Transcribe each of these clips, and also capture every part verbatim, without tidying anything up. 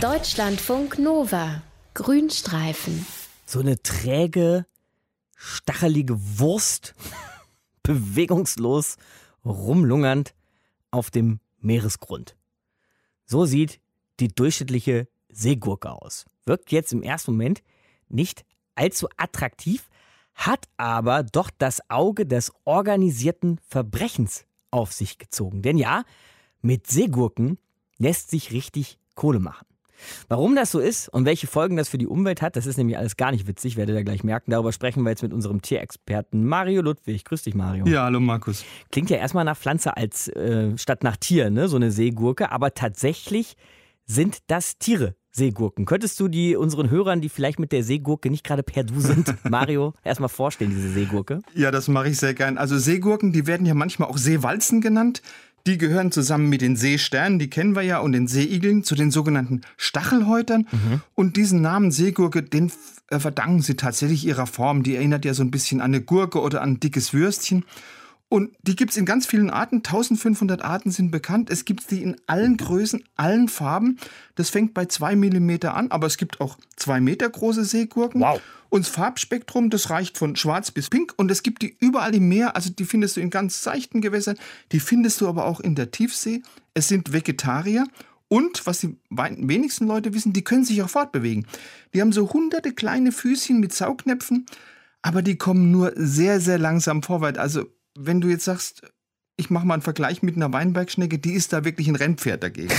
Deutschlandfunk Nova. Grünstreifen. So eine träge, stachelige Wurst, bewegungslos rumlungernd auf dem Meeresgrund. So sieht die durchschnittliche Seegurke aus. Wirkt jetzt im ersten Moment nicht allzu attraktiv, hat aber doch das Auge des organisierten Verbrechens auf sich gezogen. Denn ja, mit Seegurken lässt sich richtig Kohle machen. Warum das so ist und welche Folgen das für die Umwelt hat, das ist nämlich alles gar nicht witzig, werdet ihr gleich merken. Darüber sprechen wir jetzt mit unserem Tierexperten Mario Ludwig. Grüß dich, Mario. Ja, hallo Markus. Klingt ja erstmal nach Pflanze als äh, statt nach Tier, ne? So eine Seegurke. Aber tatsächlich sind das Tiere, Seegurken. Könntest du die unseren Hörern, die vielleicht mit der Seegurke nicht gerade per Du sind, Mario, erstmal vorstellen, diese Seegurke? Ja, das mache ich sehr gern. Also Seegurken, die werden ja manchmal auch Seewalzen genannt. Die gehören zusammen mit den Seesternen, die kennen wir ja, und den Seeigeln zu den sogenannten Stachelhäutern. Mhm. Und diesen Namen Seegurke, den äh, verdanken sie tatsächlich ihrer Form. Die erinnert ja so ein bisschen an eine Gurke oder an ein dickes Würstchen. Und die gibt es in ganz vielen Arten. eintausendfünfhundert Arten sind bekannt. Es gibt die in allen Größen, allen Farben. Das fängt bei zwei Millimeter an, aber es gibt auch zwei Meter große Seegurken. Wow. Und das Farbspektrum, das reicht von schwarz bis pink. Und es gibt die überall im Meer. Also die findest du in ganz seichten Gewässern. Die findest du aber auch in der Tiefsee. Es sind Vegetarier. Und, was die wenigsten Leute wissen, die können sich auch fortbewegen. Die haben so hunderte kleine Füßchen mit Saugnäpfen. Aber die kommen nur sehr, sehr langsam vorwärts. Also wenn du jetzt sagst, ich mache mal einen Vergleich mit einer Weinbergschnecke, die ist da wirklich ein Rennpferd dagegen.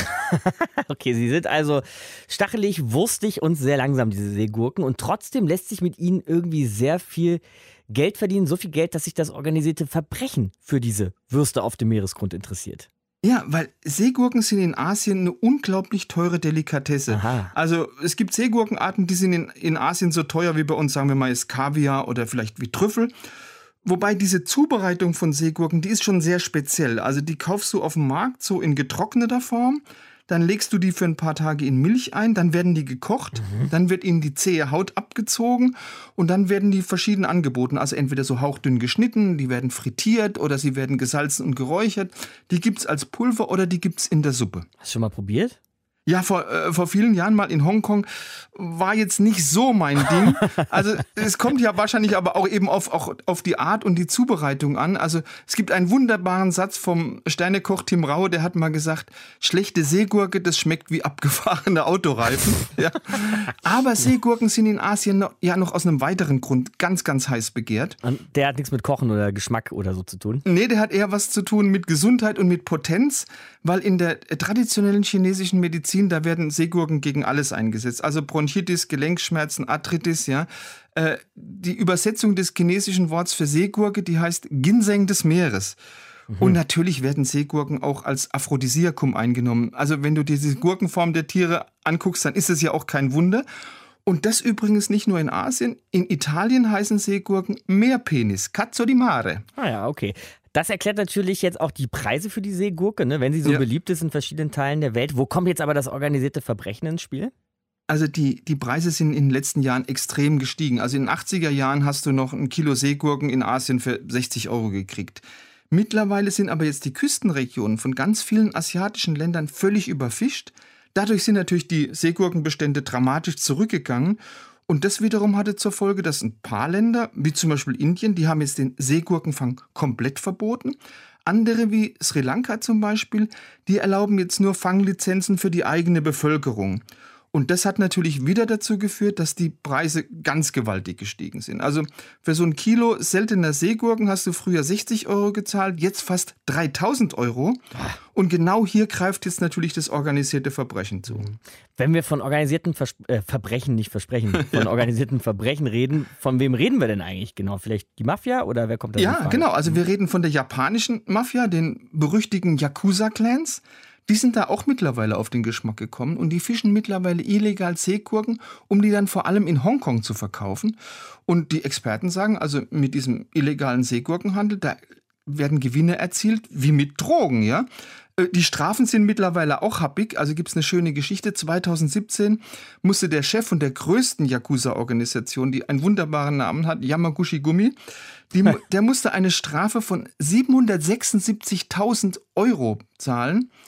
Okay, sie sind also stachelig, wurstig und sehr langsam, diese Seegurken. Und trotzdem lässt sich mit ihnen irgendwie sehr viel Geld verdienen. So viel Geld, dass sich das organisierte Verbrechen für diese Würste auf dem Meeresgrund interessiert. Ja, weil Seegurken sind in Asien eine unglaublich teure Delikatesse. Aha. Also es gibt Seegurkenarten, die sind in, in Asien so teuer wie bei uns, sagen wir mal, ist Kaviar oder vielleicht wie Trüffel. Wobei diese Zubereitung von Seegurken, die ist schon sehr speziell. Also die kaufst du auf dem Markt so in getrockneter Form. Dann legst du die für ein paar Tage in Milch ein, dann werden die gekocht, mhm. dann wird ihnen die zähe Haut abgezogen und dann werden die verschieden angeboten. Also entweder so hauchdünn geschnitten, die werden frittiert oder sie werden gesalzen und geräuchert. Die gibt's als Pulver oder die gibt's in der Suppe. Hast du schon mal probiert? Ja, vor, äh, vor vielen Jahren mal in Hongkong war jetzt nicht so mein Ding. Also es kommt ja wahrscheinlich aber auch eben auf, auch auf die Art und die Zubereitung an. Also es gibt einen wunderbaren Satz vom Sternekoch Tim Raue, der hat mal gesagt, schlechte Seegurke, das schmeckt wie abgefahrene Autoreifen. Ja. Aber Seegurken sind in Asien noch, ja noch aus einem weiteren Grund ganz, ganz heiß begehrt. Und der hat nichts mit Kochen oder Geschmack oder so zu tun? Nee, der hat eher was zu tun mit Gesundheit und mit Potenz, weil in der traditionellen chinesischen Medizin da werden Seegurken gegen alles eingesetzt. Also Bronchitis, Gelenkschmerzen, Arthritis, ja. Äh, die Übersetzung des chinesischen Wortes für Seegurke, die heißt Ginseng des Meeres. Mhm. Und natürlich werden Seegurken auch als Aphrodisiakum eingenommen. Also wenn du dir diese Gurkenform der Tiere anguckst, dann ist es ja auch kein Wunder. Und das übrigens nicht nur in Asien. In Italien heißen Seegurken Meerpenis, Cazzo di Mare. Ah ja, okay. Das erklärt natürlich jetzt auch die Preise für die Seegurke, ne? Wenn sie so ja. beliebt ist in verschiedenen Teilen der Welt. Wo kommt jetzt aber das organisierte Verbrechen ins Spiel? Also die, die Preise sind in den letzten Jahren extrem gestiegen. Also in den achtziger Jahren hast du noch ein Kilo Seegurken in Asien für sechzig Euro gekriegt. Mittlerweile sind aber jetzt die Küstenregionen von ganz vielen asiatischen Ländern völlig überfischt. Dadurch sind natürlich die Seegurkenbestände dramatisch zurückgegangen. Und das wiederum hatte zur Folge, dass ein paar Länder, wie zum Beispiel Indien, die haben jetzt den Seegurkenfang komplett verboten. Andere wie Sri Lanka zum Beispiel, die erlauben jetzt nur Fanglizenzen für die eigene Bevölkerung. Und das hat natürlich wieder dazu geführt, dass die Preise ganz gewaltig gestiegen sind. Also für so ein Kilo seltener Seegurken hast du früher sechzig Euro gezahlt, jetzt fast dreitausend Euro. Und genau hier greift jetzt natürlich das organisierte Verbrechen zu. Wenn wir von organisierten Vers- äh, Verbrechen, nicht Versprechen, von organisierten Verbrechen reden, von wem reden wir denn eigentlich genau? Vielleicht die Mafia oder wer kommt da? Ja, genau. Also wir reden von der japanischen Mafia, den berüchtigten Yakuza-Clans. Die sind da auch mittlerweile auf den Geschmack gekommen und die fischen mittlerweile illegal Seegurken, um die dann vor allem in Hongkong zu verkaufen. Und die Experten sagen, also mit diesem illegalen Seegurkenhandel, da werden Gewinne erzielt wie mit Drogen, ja. Die Strafen sind mittlerweile auch happig, also gibt es eine schöne Geschichte. zweitausendsiebzehn musste der Chef von der größten Yakuza-Organisation, die einen wunderbaren Namen hat, Yamaguchi Gumi, die, der musste eine Strafe von siebenhundertsechsundsiebzigtausend Euro zahlen,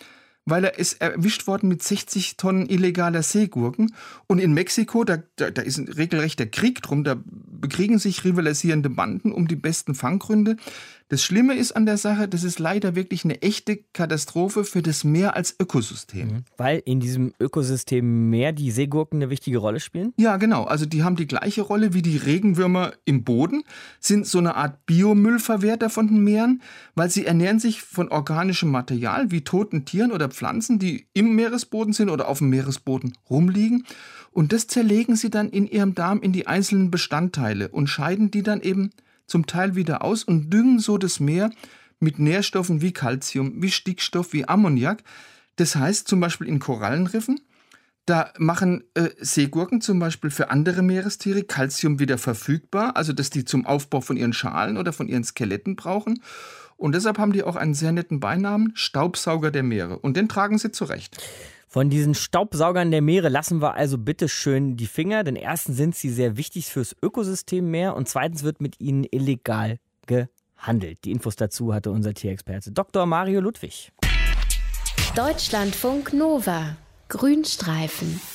weil er ist erwischt worden mit sechzig Tonnen illegaler Seegurken. Und in Mexiko, da, da, da ist ein regelrechter Krieg drum, da bekriegen sich rivalisierende Banden um die besten Fanggründe. Das Schlimme ist an der Sache, das ist leider wirklich eine echte Katastrophe für das Meer als Ökosystem. Mhm. Weil in diesem Ökosystem Meer die Seegurken eine wichtige Rolle spielen? Ja, genau. Also die haben die gleiche Rolle wie die Regenwürmer im Boden, sind so eine Art Biomüllverwerter von den Meeren, weil sie ernähren sich von organischem Material wie toten Tieren oder Pflanzen, die im Meeresboden sind oder auf dem Meeresboden rumliegen. Und das zerlegen sie dann in ihrem Darm in die einzelnen Bestandteile und scheiden die dann eben zum Teil wieder aus und düngen so das Meer mit Nährstoffen wie Calcium, wie Stickstoff, wie Ammoniak. Das heißt zum Beispiel in Korallenriffen, da machen äh, Seegurken zum Beispiel für andere Meerestiere Calcium wieder verfügbar, also dass die zum Aufbau von ihren Schalen oder von ihren Skeletten brauchen. Und deshalb haben die auch einen sehr netten Beinamen, Staubsauger der Meere. Und den tragen sie zurecht. Von diesen Staubsaugern der Meere lassen wir also bitte schön die Finger, denn erstens sind sie sehr wichtig fürs Ökosystem Meer und zweitens wird mit ihnen illegal gehandelt. Die Infos dazu hatte unser Tierexperte Doktor Mario Ludwig. Deutschlandfunk Nova. Grünstreifen.